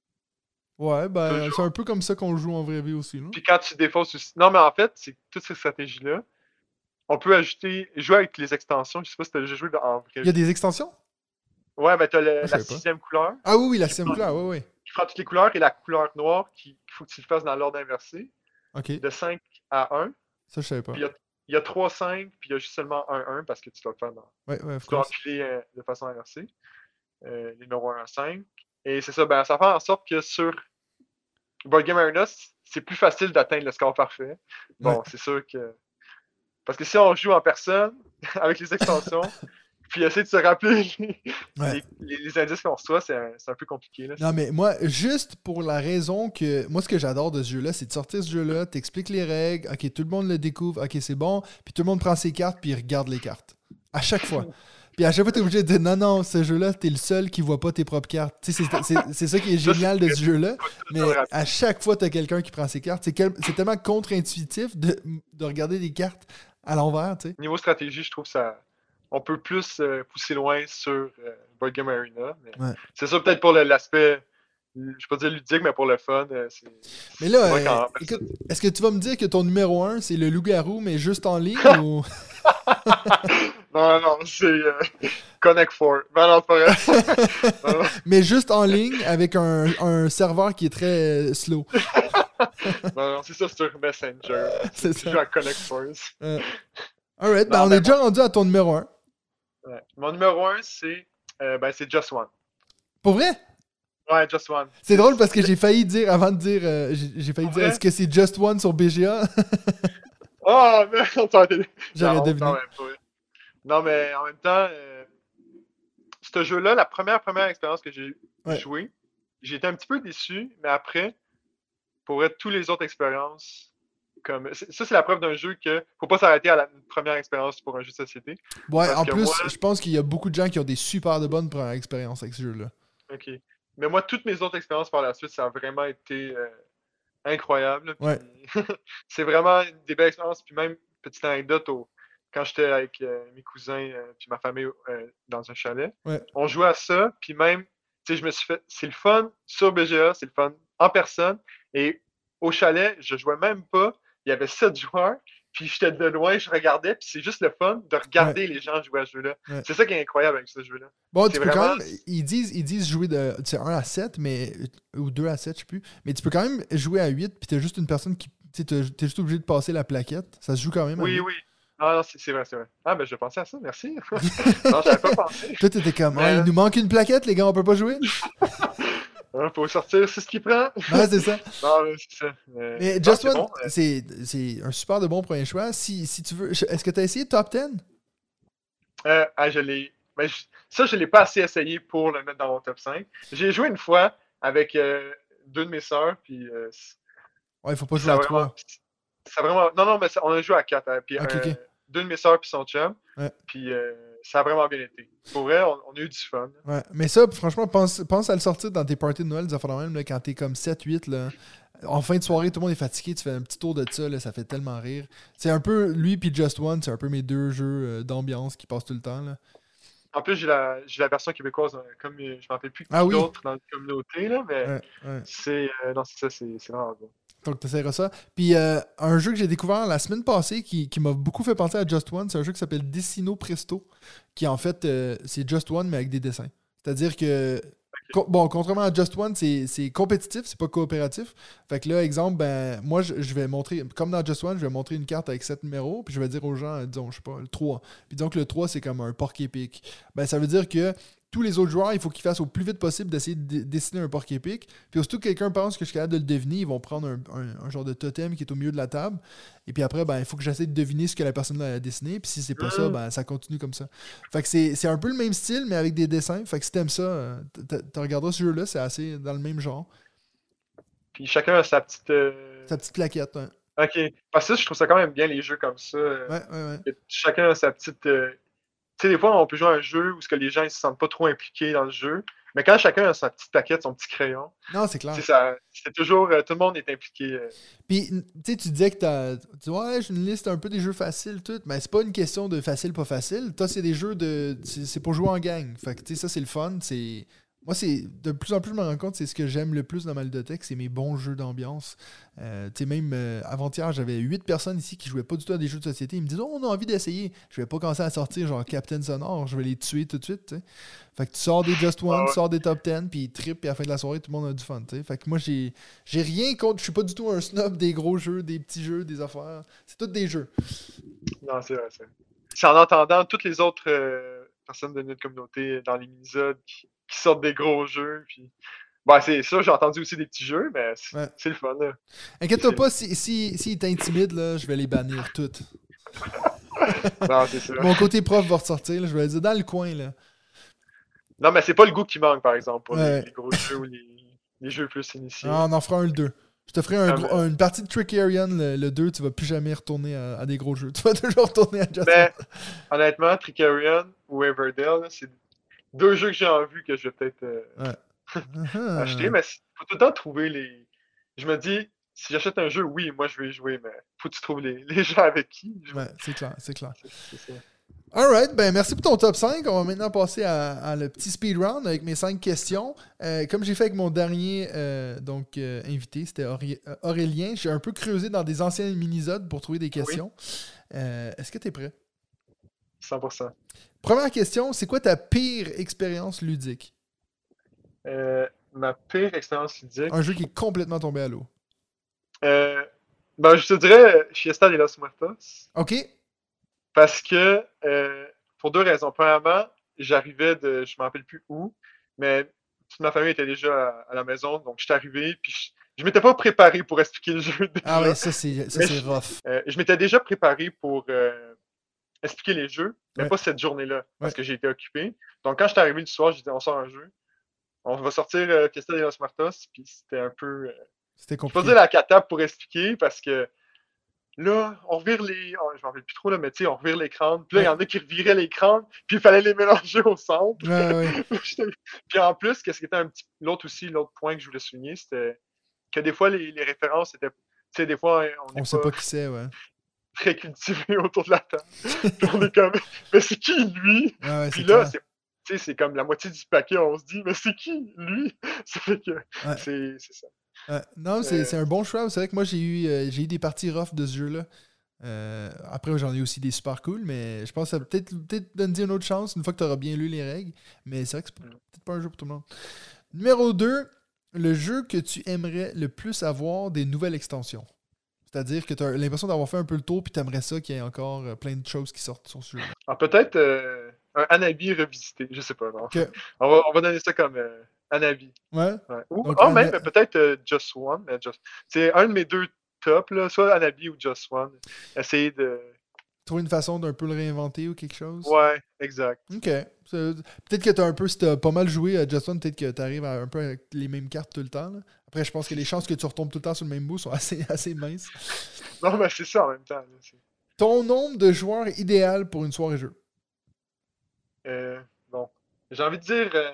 S1: Ouais, ben
S2: Toujours.
S1: c'est un peu comme ça qu'on joue en vraie vie aussi. Là.
S2: Puis quand tu défausses aussi. Non, mais en fait, c'est toutes ces stratégies-là. On peut ajouter, jouer avec les extensions. Je sais pas si tu as déjà joué en vrai.
S1: Il y a des extensions?
S2: Ouais, ben t'as le,
S1: ah,
S2: la sixième couleur.
S1: Ah oui, oui, la sixième couleur, oui, oui.
S2: Tu prends toutes les couleurs et la couleur noire, qu'il faut que tu le fasses dans l'ordre inversé.
S1: OK.
S2: De cinq à un.
S1: Ça, je savais pas.
S2: Puis il y a trois cinq, puis il y a juste seulement un un parce que tu dois le faire dans.
S1: Ouais, ouais,
S2: tu dois empiler euh, de façon inversée. Euh, les numéros un à cinq. Et c'est ça, ben ça fait en sorte que sur Board Game Arena, c'est plus facile d'atteindre le score parfait. Bon, ouais. C'est sûr que. Parce que si on joue en personne, avec les extensions, puis essayer de se rappeler les, ouais. les, les indices qu'on reçoit, c'est un, c'est un peu compliqué. Là.
S1: Non, mais moi, juste pour la raison que... Moi, ce que j'adore de ce jeu-là, c'est de sortir ce jeu-là, t'expliques les règles, OK, tout le monde le découvre, OK, c'est bon, puis tout le monde prend ses cartes, puis il regarde les cartes. À chaque fois. Puis à chaque fois, t'es obligé de dire, non, non, ce jeu-là, t'es le seul qui voit pas tes propres cartes. Tu sais, c'est, c'est, c'est ça qui est génial de ce jeu-là. Mais à chaque fois, t'as quelqu'un qui prend ses cartes. C'est, quel... c'est tellement contre-intuitif de, de regarder des cartes à l'envers, tu sais.
S2: Niveau stratégie, je trouve ça... On peut plus euh, pousser loin sur euh, Board Game Arena. Mais
S1: ouais.
S2: C'est ça, peut-être pour le, l'aspect, je ne vais pas dire ludique, mais pour le fun. Euh, c'est,
S1: mais là, euh, quand... écoute, est-ce que tu vas me dire que ton numéro un, c'est le loup-garou, mais juste en ligne ou...
S2: Non, non, c'est euh, Connect Four. Ben non, pas vrai.
S1: Mais juste en ligne avec un, un serveur qui est très slow.
S2: Non, non, c'est ça sur Messenger.
S1: C'est
S2: tu
S1: ça.
S2: joues à Connect Fours.
S1: Euh... Alright, ben on est déjà moi... rendu à ton numéro un.
S2: Ouais. Mon numéro un, c'est, euh, ben, c'est Just One.
S1: Pour vrai?
S2: Ouais, Just One.
S1: C'est drôle parce que j'ai failli dire, avant de dire, euh, j'ai, j'ai failli Pour dire, vrai? Est-ce que c'est Just One sur B G A?
S2: Oh, merde!
S1: J'aurais deviné.
S2: Non, mais, non, mais en même temps, euh, ce jeu-là, la première, première expérience que j'ai ouais. joué, j'ai été un petit peu déçu, mais après, pour être toutes les autres expériences, comme ça, c'est la preuve d'un jeu que faut pas s'arrêter à la première expérience pour un jeu de société.
S1: Ouais, en plus, moi... je pense qu'il y a beaucoup de gens qui ont des super de bonnes premières expériences avec ce jeu-là.
S2: Ok. Mais moi, toutes mes autres expériences par la suite, ça a vraiment été euh, incroyable. Puis...
S1: Ouais.
S2: c'est vraiment des belles expériences. Puis même, petite anecdote, au... quand j'étais avec euh, mes cousins euh, puis ma famille euh, dans un chalet,
S1: ouais.
S2: on jouait à ça. Puis même, tu sais, je me suis fait... C'est le fun sur B G A, c'est le fun en personne. Et au chalet, je jouais même pas. Il y avait sept joueurs, puis j'étais de loin, je regardais, puis c'est juste le fun de regarder ouais. les gens jouer à ce jeu-là. Ouais. C'est ça qui est incroyable avec ce jeu-là.
S1: Bon,
S2: c'est
S1: tu peux vraiment... quand même, ils disent, ils disent jouer de un à sept, mais, ou deux à sept, je sais plus, mais tu peux quand même jouer à huit, puis t'as juste une personne qui, tu t'es, t'es juste obligé de passer la plaquette. Ça se joue quand même.
S2: Oui, oui. Ah non, c'est, c'est vrai, c'est vrai. Ah, ben je pensais à ça, merci. Non, j'avais pas pensé.
S1: Toi, t'étais comme, mais... ah, il nous manque une plaquette, les gars, on peut pas jouer?
S2: Hein, faut sortir, c'est ce qu'il prend.
S1: Ouais, c'est ça.
S2: Non, mais c'est ça. Euh,
S1: Mais
S2: non,
S1: Just
S2: c'est
S1: One,
S2: bon. euh,
S1: c'est c'est un super de bon premier choix. Si, si tu veux, est-ce que tu as essayé Top dix?
S2: euh, ah, je l'ai. Mais je- ça, je l'ai pas assez essayé pour le mettre dans mon top cinq. J'ai joué une fois avec euh, deux de mes sœurs, puis euh, c-
S1: Ouais, il faut pas
S2: puis
S1: jouer
S2: ça a
S1: à
S2: vraiment.
S1: trois.
S2: Ça a vraiment. Non, non, mais ça- on a joué à quatre. Hein, puis
S1: Ok,
S2: euh,
S1: ok.
S2: deux de mes sœurs, puis son chum.
S1: Ouais.
S2: Puis euh, ça a vraiment bien été. Pour vrai, on, on a eu du fun.
S1: Ouais. Mais ça, franchement, pense, pense à le sortir dans tes parties de Noël, des affaires de même, là, quand t'es comme sept huit là. En fin de soirée, tout le monde est fatigué, tu fais un petit tour de ça, là, ça fait tellement rire. C'est un peu, lui puis Just One, c'est un peu mes deux jeux euh, d'ambiance qui passent tout le temps, là.
S2: En plus, j'ai la, j'ai la version québécoise, euh, comme euh, je ne me rappelle plus
S1: Ah
S2: qui
S1: oui!
S2: d'autre dans la communauté, là, mais
S1: Ouais, ouais.
S2: c'est. euh, non, c'est ça, c'est c'est vraiment bon.
S1: Donc, t'essaieras ça. Puis, euh, un jeu que j'ai découvert la semaine passée qui, qui m'a beaucoup fait penser à Just One, c'est un jeu qui s'appelle Dessino Presto, qui en fait, euh, c'est Just One, mais avec des dessins. C'est-à-dire que, co- bon, contrairement à Just One, c'est c'est compétitif, c'est pas coopératif. Fait que là, exemple, ben, moi, je, je vais montrer, comme dans Just One, je vais montrer une carte avec sept numéros, puis je vais dire aux gens, euh, disons, je sais pas, le trois. Puis disons que le trois, c'est comme un porc-épic. Ben, ça veut dire que tous les autres joueurs, il faut qu'ils fassent au plus vite possible d'essayer de dé- dessiner un porc-épic. Puis aussitôt que quelqu'un pense que je suis capable de le deviner, ils vont prendre un, un- un genre de totem qui est au milieu de la table. Et puis après, ben, il faut que j'essaie de deviner ce que la personne a dessiné. Puis si c'est pas ça,
S2: Hum,
S1: ben, ça continue comme ça. Fait que c'est c'est un peu le même style, mais avec des dessins. Fait que si t'aimes ça, euh, t- tu regarderas ce jeu-là, c'est assez dans le même genre.
S2: Puis chacun a sa petite. euh,
S1: Sa petite plaquette. Ouais,
S2: Ok. Parce que ça, je trouve ça quand même bien, les jeux comme ça. euh,
S1: ouais, ouais. ouais.
S2: que chacun a sa petite. euh, Tu sais, des fois, on peut jouer à un jeu où ce que les gens ils se sentent pas trop impliqués dans le jeu. Mais quand chacun a sa petite paquette, son petit crayon,
S1: Non, c'est
S2: c'est
S1: clair.
S2: ça. C'est toujours. euh, tout le monde est impliqué. euh.
S1: Puis, tu sais, tu disais que t'as. Tu dis, ouais, j'ai une liste un peu des jeux faciles, tout. Mais c'est pas une question de facile, pas facile. Toi, c'est des jeux de. C'est c'est pour jouer en gang. Fait que, tu sais, ça, c'est le fun. C'est. Moi, c'est. De plus en plus, je me rends compte, c'est ce que j'aime le plus dans ma ludothèque, c'est mes bons jeux d'ambiance. Euh, tu sais, même euh, avant-hier, j'avais huit personnes ici qui jouaient pas du tout à des jeux de société. Ils me disaient, oh, on a envie d'essayer. Je vais pas commencer à sortir genre Captain Sonore, je vais les tuer tout de suite, tu sais. Fait que tu sors des Just One,
S2: Ah
S1: tu
S2: ouais.
S1: sors des Top dix, puis ils trippent, puis à la fin de la soirée, tout le monde a du fun, tu sais. Fait que moi, j'ai j'ai rien contre. Je suis pas du tout un snob des gros jeux, des petits jeux, des affaires. C'est tous des jeux.
S2: Non, c'est vrai, c'est vrai. C'est en entendant toutes les autres euh, personnes de notre communauté dans les minisodes qui, qui sortent des gros jeux. Puis. Bah, c'est ça, j'ai entendu aussi des petits jeux, mais c'est
S1: Ouais.
S2: c'est le fun, là.
S1: Inquiète-toi
S2: C'est-
S1: pas, si, si, si t'intimides, là, je vais les bannir toutes.
S2: Non, c'est ça.
S1: Mon côté prof va ressortir, là, je vais les dire dans le coin, là.
S2: Non, mais c'est pas le goût qui manque, par exemple, pour les,
S1: Ouais.
S2: les gros jeux ou les, les jeux plus initiés.
S1: Ah, on en fera un le deux. Je te ferai un
S2: Ah,
S1: gros-
S2: mais,
S1: une partie de Trickerion, le, le deux, tu vas plus jamais retourner à, à des gros jeux. Tu vas toujours retourner à Just
S2: mais
S1: One.
S2: honnêtement, Trickerion ou Everdell, là, c'est deux jeux que j'ai en vue que je vais peut-être euh,
S1: Ouais.
S2: acheter,
S1: Uh-huh.
S2: mais il faut tout le temps trouver les. Je me dis, si j'achète un jeu, oui, moi je vais y jouer, mais faut que tu trouves les, les gens avec qui jouer.
S1: Ouais, c'est clair, c'est clair.
S2: C'est c'est ça.
S1: Alright, ben merci pour ton top cinq. On va maintenant passer à, à le petit speed round avec mes cinq questions. Euh, comme j'ai fait avec mon dernier euh, donc, euh, invité, c'était Auré- euh, Aurélien, j'ai un peu creusé dans des anciennes minisodes pour trouver des
S2: Oui,
S1: questions. Euh, Est-ce que tu es prêt?
S2: cent pour cent.
S1: Première question, c'est quoi ta pire expérience ludique?
S2: Euh, ma pire expérience
S1: Un jeu
S2: ludique.
S1: qui est complètement tombé à l'eau.
S2: Euh, ben, je te dirais Fiesta de los Muertos.
S1: OK?
S2: Parce que, euh, pour deux raisons. Premièrement, j'arrivais de, je ne me rappelle plus où, mais toute ma famille était déjà à, à la maison, donc je suis arrivé, puis je, je m'étais pas préparé pour expliquer le jeu
S1: Ah ouais,
S2: déjà,
S1: ça c'est ça
S2: mais
S1: c'est
S2: je,
S1: rough.
S2: euh, je m'étais déjà préparé pour euh, expliquer les jeux, mais
S1: Ouais,
S2: pas cette journée-là, parce
S1: ouais.
S2: que j'ai été occupé. Donc quand je suis arrivé le soir, j'ai dit on sort un jeu, on va sortir euh, Fiesta de los Muertos, puis c'était un peu, euh,
S1: C'était
S2: je faisais
S1: compliqué.
S2: la cata pour expliquer, parce que là, on revire les. Oh, je m'en rappelle plus trop, là, mais tu sais, on revire l'écran. Puis là, il y
S1: Ouais,
S2: en a qui reviraient l'écran, puis il fallait les mélanger au centre.
S1: ouais, ouais.
S2: J'étais- Puis en plus, qu'est-ce qui était un petit. L'autre aussi, l'autre point que je voulais souligner, c'était que des fois, les, les références étaient. Tu sais, des fois, on
S1: On
S2: n'est
S1: sait
S2: pas
S1: pas qui c'est, ouais.
S2: très cultivé autour de la table. Puis on est comme. Mais c'est qui lui?
S1: Ouais, ouais,
S2: Puis
S1: c'est
S2: là,
S1: clair.
S2: c'est. Tu sais, c'est comme la moitié du paquet, on se dit, mais c'est qui lui? Ça fait que.
S1: Ouais,
S2: C'est c'est ça.
S1: ouais. Non, c'est
S2: Euh,
S1: c'est un bon choix. C'est vrai que moi, j'ai eu, euh, j'ai eu des parties rough de ce jeu-là. Euh, après, j'en ai aussi des super cool, mais je pense que ça va peut-être peut-être donner une autre chance une fois que tu auras bien lu les règles. Mais c'est vrai que c'est pas- peut-être pas un jeu pour tout le monde. Numéro deux, le jeu que tu aimerais le plus avoir des nouvelles extensions. C'est-à-dire que tu as l'impression d'avoir fait un peu le tour puis tu aimerais ça qu'il y ait encore euh, plein de choses qui sortent sur ce jeu-là.
S2: alors peut-être. euh, un Hanabi revisité. Je sais pas, non.
S1: Ok.
S2: On va, on va donner ça comme euh, Hanabi.
S1: Ouais.
S2: Ouais. Ou
S1: Donc,
S2: oh,
S1: Hana-
S2: même peut-être euh, Just One. Mais Just... C'est un de mes deux tops, là, soit Hanabi ou Just One. Essayer de.
S1: Trouver une façon d'un peu le réinventer ou quelque chose.
S2: Ouais, exact.
S1: Ok. C'est- Peut-être que t'as un peu, si t'as pas mal joué à Just One, peut-être que t'arrives à un peu avec les mêmes cartes tout le temps. là. Après, je pense que les chances que tu retombes tout le temps sur le même bout sont assez, assez minces.
S2: Non, mais c'est ça en même temps. Là, c'est-
S1: Ton nombre de joueurs idéal pour une soirée jeu.
S2: euh, bon. J'ai envie de dire. euh,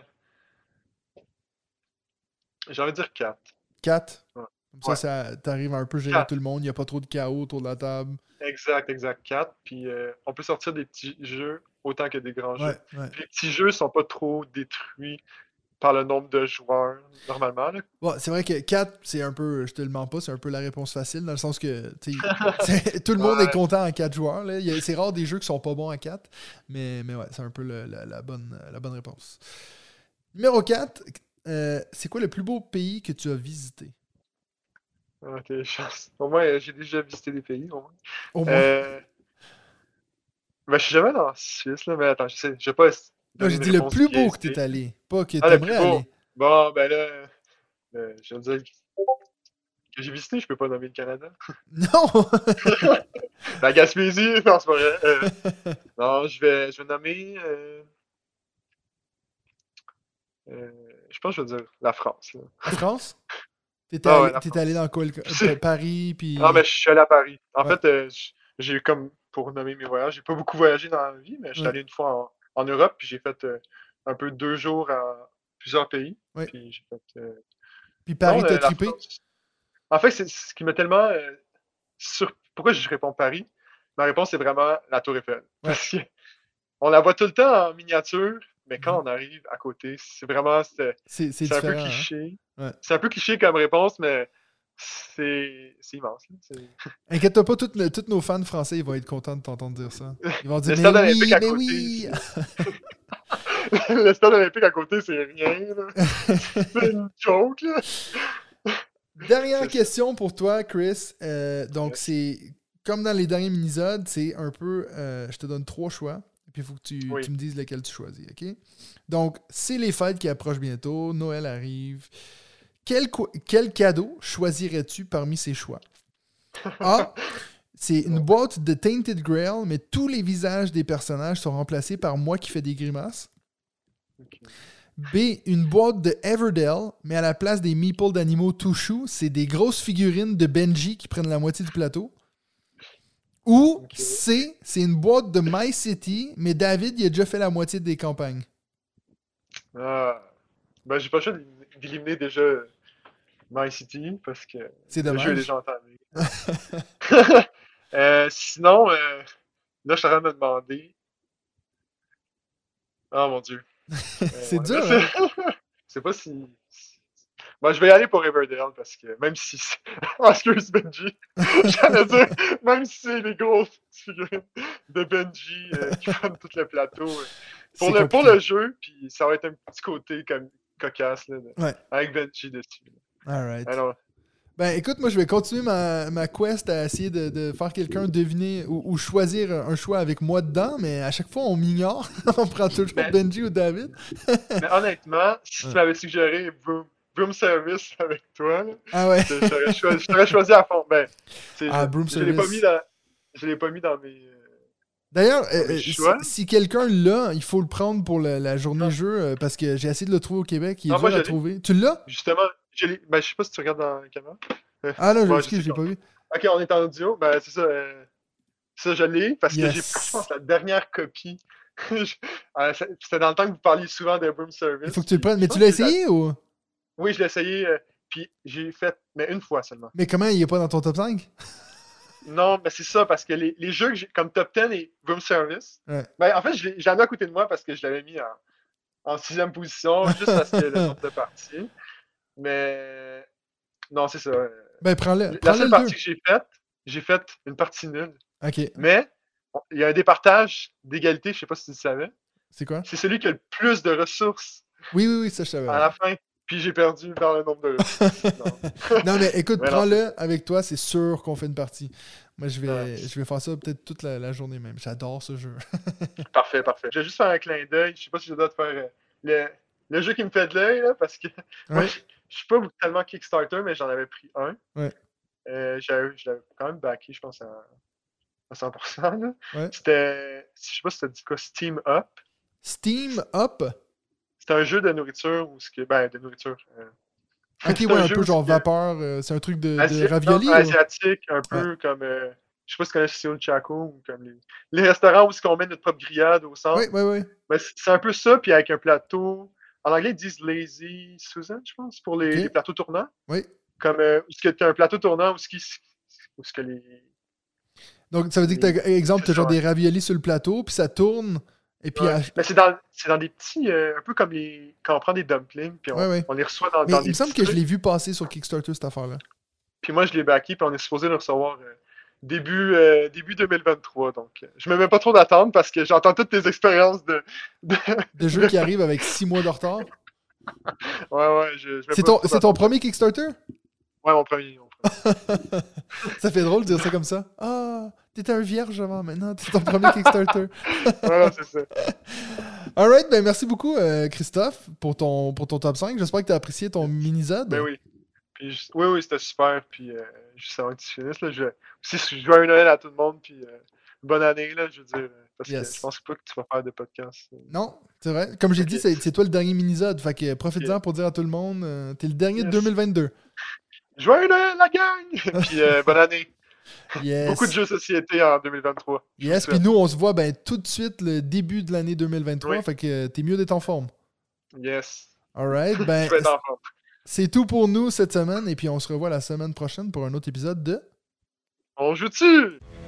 S2: J'ai envie de dire quatre.
S1: quatre.
S2: Ouais.
S1: Comme ça,
S2: Ouais.
S1: ça t'arrives à un peu gérer
S2: Quatre.
S1: tout le monde. Il n'y a pas trop de chaos autour de la table.
S2: Exact, exact. Quatre. Puis euh, on peut sortir des petits jeux autant que des grands
S1: Ouais,
S2: jeux.
S1: ouais.
S2: Puis les petits jeux sont pas trop détruits par le nombre de joueurs, normalement. Là.
S1: Bon, c'est vrai que quatre, c'est un peu, je te le mens pas, c'est un peu la réponse facile, dans le sens que tu sais, c'est- tout le monde
S2: Ouais.
S1: est content à quatre joueurs. Là. Il y a- C'est rare des jeux qui sont pas bons à quatre, mais, mais ouais, c'est un peu le- la, la bonne, la bonne réponse. Numéro quatre, euh, c'est quoi le plus beau pays que tu as visité?
S2: Ok, chance. Au moins, euh, j'ai déjà visité des pays, au moins.
S1: Au moins.
S2: Euh, ben, je suis jamais dans la Suisse, là, mais attends, je sais, je vais pas s-
S1: Moi,
S2: donner
S1: j'ai
S2: une
S1: dit le
S2: réponse
S1: plus beau que
S2: biaisée.
S1: t'es allé, pas que
S2: Ah, le
S1: t'aimerais
S2: plus beau.
S1: aller.
S2: Bon, ben là, euh, je veux dire que j'ai visité, je peux pas nommer le Canada.
S1: Non!
S2: La Gaspésie, non, c'est pas vrai. Euh, non, je vais, je vais nommer. euh, euh, je pense que je vais dire la France. Là.
S1: La France? T'étais
S2: Ah
S1: allé,
S2: ouais, la
S1: t'étais allé
S2: France.
S1: dans quoi? le-
S2: Puis
S1: Pa-
S2: c'est-
S1: Paris,
S2: Non,
S1: puis...
S2: mais je suis allé à Paris. En
S1: Ouais,
S2: fait, euh, j- j'ai comme, pour nommer mes voyages, j'ai pas beaucoup voyagé dans la vie, mais je suis
S1: ouais,
S2: allé une fois en, en Europe, puis j'ai fait euh, un peu deux jours à plusieurs pays.
S1: ouais.
S2: Puis j'ai fait. euh,
S1: Puis
S2: Non,
S1: Paris, t'as
S2: le- la
S1: trippé?
S2: France. En fait, c'est ce qui m'a tellement. euh, sur... Pourquoi je réponds Paris? Ma réponse, c'est vraiment la Tour Eiffel.
S1: Ouais.
S2: Parce qu'on la voit tout le temps en miniature, mais quand
S1: Mhm.
S2: on arrive à côté, c'est vraiment. C'est
S1: C'est c'est
S2: c'est un peu
S1: différent, hein?
S2: cliché.
S1: Ouais.
S2: C'est un peu cliché comme réponse, mais c'est c'est immense. là. C'est-
S1: Inquiète-toi pas, toutes, le- tous nos fans français, ils vont être contents de t'entendre dire ça. Ils vont dire,
S2: Le
S1: mais
S2: stade olympique
S1: oui,
S2: à
S1: mais
S2: côté,
S1: oui!
S2: c'est- le stade olympique à côté, c'est rien. là. C'est une joke. Là.
S1: Dernière
S2: C'est ça.
S1: question pour toi, Chris. Euh, donc,
S2: Yes.
S1: c'est comme dans les derniers minisodes, c'est un peu. euh, je te donne trois choix, puis il faut que tu,
S2: Oui.
S1: tu me dises lequel tu choisis, OK? Donc, c'est les fêtes qui approchent bientôt, Noël arrive. Quel, co- quel cadeau choisirais-tu parmi ces choix? A. C'est une boîte de Tainted Grail, mais tous les visages des personnages sont remplacés par moi qui fais des grimaces.
S2: Ok.
S1: B. Une boîte de Everdell, mais à la place des meeples d'animaux tout choux, c'est des grosses figurines de Benji qui prennent la moitié du plateau. Ou
S2: Ok.
S1: C. C'est une boîte de My City, mais David, il a déjà fait la moitié des campagnes.
S2: Ah. Ben, j'ai pas le choix d'éliminer- d'éliminer déjà euh, My City parce que
S1: C'est
S2: le jeu est
S1: dommage.
S2: déjà entamé. Euh, sinon, euh, là, je suis en train de me demander. Oh mon Dieu. Euh,
S1: C'est
S2: ouais,
S1: dur,
S2: là,
S1: hein?
S2: c'est- Je sais pas si. Moi, je vais y aller pour Riverdale parce que même si. c'est- Oh, excuse Benji. J'allais dire, même si c'est les grosses figurines de Benji euh, qui prennent tout le plateau. euh,
S1: C'est
S2: Pour le, pour
S1: compliqué.
S2: le jeu, puis ça va être un petit côté comme cocasse là, de-
S1: Ouais.
S2: avec Benji dessus.
S1: Alright.
S2: Alors,
S1: Ben écoute, moi je vais continuer ma, ma quest à essayer de, de faire quelqu'un deviner ou, ou choisir un choix avec moi dedans, mais à chaque fois on m'ignore. On prend toujours
S2: Ben-
S1: Benji ou David.
S2: mais honnêtement, si
S1: Ouais.
S2: tu m'avais suggéré Broom, Broom Service avec toi, là,
S1: Ah ouais.
S2: je t'aurais choisi, je t'aurais choisi à fond. Ben, c'est-
S1: Ah,
S2: je,
S1: Broom
S2: je l'ai pas
S1: Service.
S2: mis dans, je l'ai pas mis dans mes. euh,
S1: D'ailleurs,
S2: Dans
S1: euh,
S2: mes
S1: euh, si,
S2: choix.
S1: si quelqu'un l'a, il faut le prendre pour le- la journée
S2: Non.
S1: jeu euh, parce que j'ai essayé de le trouver au Québec. Il est
S2: Non, moi,
S1: dur à
S2: je l'ai.
S1: trouver. Tu l'as?
S2: Justement, je l'ai- ben, je sais pas si tu regardes dans la caméra.
S1: Ah non, je,
S2: Ouais,
S1: excuse,
S2: sais
S1: je l'ai
S2: pas.
S1: pas vu.
S2: Ok, on est en audio. Ben, c'est ça. euh, ça, je l'ai parce que j'ai
S1: Yes.
S2: pris, je pense, la dernière copie. Je- euh, ça- C'était dans le temps que vous parliez souvent de Broom Service.
S1: Il faut que tu le
S2: puis
S1: prennes. Mais
S2: je
S1: tu
S2: pense
S1: l'as
S2: que j'ai la-
S1: essayé ou?
S2: Oui, je l'ai essayé. euh, Puis j'ai fait, mais une fois seulement.
S1: Mais comment il est pas dans ton top cinq?
S2: Non, mais c'est ça, parce que les, les jeux que j'ai, comme Top dix et Room Service,
S1: Ouais.
S2: ben, en fait, je l'ai j'en ai à côté de moi parce que je l'avais mis en, en sixième position, juste parce que le nombre de parties. Mais non, c'est ça. euh,
S1: Ben prends-le.
S2: La
S1: Prends-le
S2: seule
S1: le
S2: partie
S1: deux.
S2: que j'ai faite, j'ai fait une partie nulle.
S1: Ok.
S2: Mais on- il y a un départage d'égalité, je sais pas si tu le savais.
S1: C'est quoi?
S2: C'est celui qui a le plus de ressources
S1: Oui, oui, oui, ça je savais.
S2: à la fin. Puis j'ai perdu dans le nombre de ressources. Non.
S1: Non, mais écoute,
S2: Mais non,
S1: prends-le avec toi, c'est sûr qu'on fait une partie. Moi, je vais,
S2: Ouais.
S1: je vais faire ça peut-être toute la, la journée même. J'adore ce jeu.
S2: Parfait, parfait. Je vais juste faire un clin d'œil. Je sais pas si je dois te faire euh, le, le jeu qui me fait de l'œil, là, parce que moi,
S1: Ouais,
S2: je, je suis pas tellement Kickstarter, mais j'en avais pris un.
S1: ouais,
S2: Euh, j'avais- je l'avais quand même backé, je pense, à, à cent pour cent. Là.
S1: ouais.
S2: C'était, je sais pas si ça te dit quoi, Steam Up.
S1: Steam Up.
S2: C'était un jeu de nourriture ou ce que, ben, de nourriture. euh,
S1: Ok,
S2: c'est
S1: ouais,
S2: un
S1: un
S2: jeu
S1: peu
S2: où ce
S1: genre
S2: que-
S1: vapeur. euh, c'est un truc de, de
S2: Asi- non,
S1: ravioli ou?
S2: asiatique, un
S1: Ouais,
S2: peu comme, euh, je sais pas si tu connais Seoul Chaco ou comme les, les restaurants où ce qu'on met notre propre grillade au centre.
S1: ouais, ouais, ouais.
S2: Ben, c'est c'est un peu ça, puis avec un plateau. En anglais, ils disent Lazy Susan, je pense, pour
S1: Ok,
S2: les, les plateaux tournants.
S1: oui.
S2: Comme, euh, où tu as un plateau tournant où ce qui, où ce que les,
S1: Donc, ça veut dire que,
S2: les-
S1: t'as, exemple,
S2: c'est
S1: t'as genre
S2: ça, ouais.
S1: des raviolis sur le plateau, puis ça tourne, et puis...
S2: Ouais.
S1: à-
S2: Mais c'est dans, c'est dans des petits, euh, un peu comme les, quand on prend des dumplings, puis
S1: Ouais,
S2: on,
S1: ouais.
S2: on les reçoit dans,
S1: Mais
S2: dans
S1: il
S2: des
S1: me semble
S2: petits
S1: que je
S2: trucs.
S1: l'ai vu passer sur Kickstarter, cette affaire-là.
S2: Puis moi, je l'ai backé, puis on est supposé le recevoir euh, début, euh, début deux mille vingt-trois. Donc, euh, je me mets pas trop d'attente parce que j'entends toutes tes expériences de, de,
S1: De jeux
S2: de-
S1: qui arrivent avec six mois de retard.
S2: Ouais, ouais, je, je mets
S1: C'est
S2: pas
S1: ton,
S2: trop
S1: c'est ton
S2: d'attente.
S1: premier Kickstarter?
S2: Ouais, mon premier. Mon premier.
S1: Ça fait drôle de dire ça comme ça. Ah, t'étais un vierge avant, maintenant, c'est ton premier Kickstarter.
S2: Voilà, c'est ça.
S1: Alright, ben merci beaucoup, euh, Christophe, pour ton, pour ton top cinq. J'espère que t'as apprécié ton mini-zode.
S2: Ben oui. Puis, je- oui, oui, c'était super. Puis, euh, juste avant que tu finisses, là, je, aussi, je joyeux Noël à tout le monde. Puis, euh, bonne année, là, je veux dire. euh, Parce que
S1: Yes.
S2: je pense pas que tu vas faire de podcast. euh.
S1: Non, c'est vrai. Comme j'ai
S2: Ok.
S1: dit, c'est, c'est toi le dernier mini-zode. Fait que profites-en
S2: Ok.
S1: pour dire à tout le monde, euh, t'es le dernier de
S2: Yes.
S1: deux mille vingt-deux.
S2: Joyeux Noël, la gang! Puis, euh, bonne année.
S1: Yes.
S2: Beaucoup de jeux de société en deux mille vingt-trois. Je vous
S1: Yes,
S2: le
S1: puis
S2: souhaite.
S1: nous, on se voit ben, tout de suite le début de l'année deux mille vingt-trois.
S2: Oui.
S1: Fait que euh, t'es mieux d'être en forme.
S2: Yes.
S1: Alright, ben
S2: Je vais être en forme.
S1: c'est tout pour nous cette semaine. Et puis on se revoit la semaine prochaine pour un autre épisode de...
S2: On joue-tu?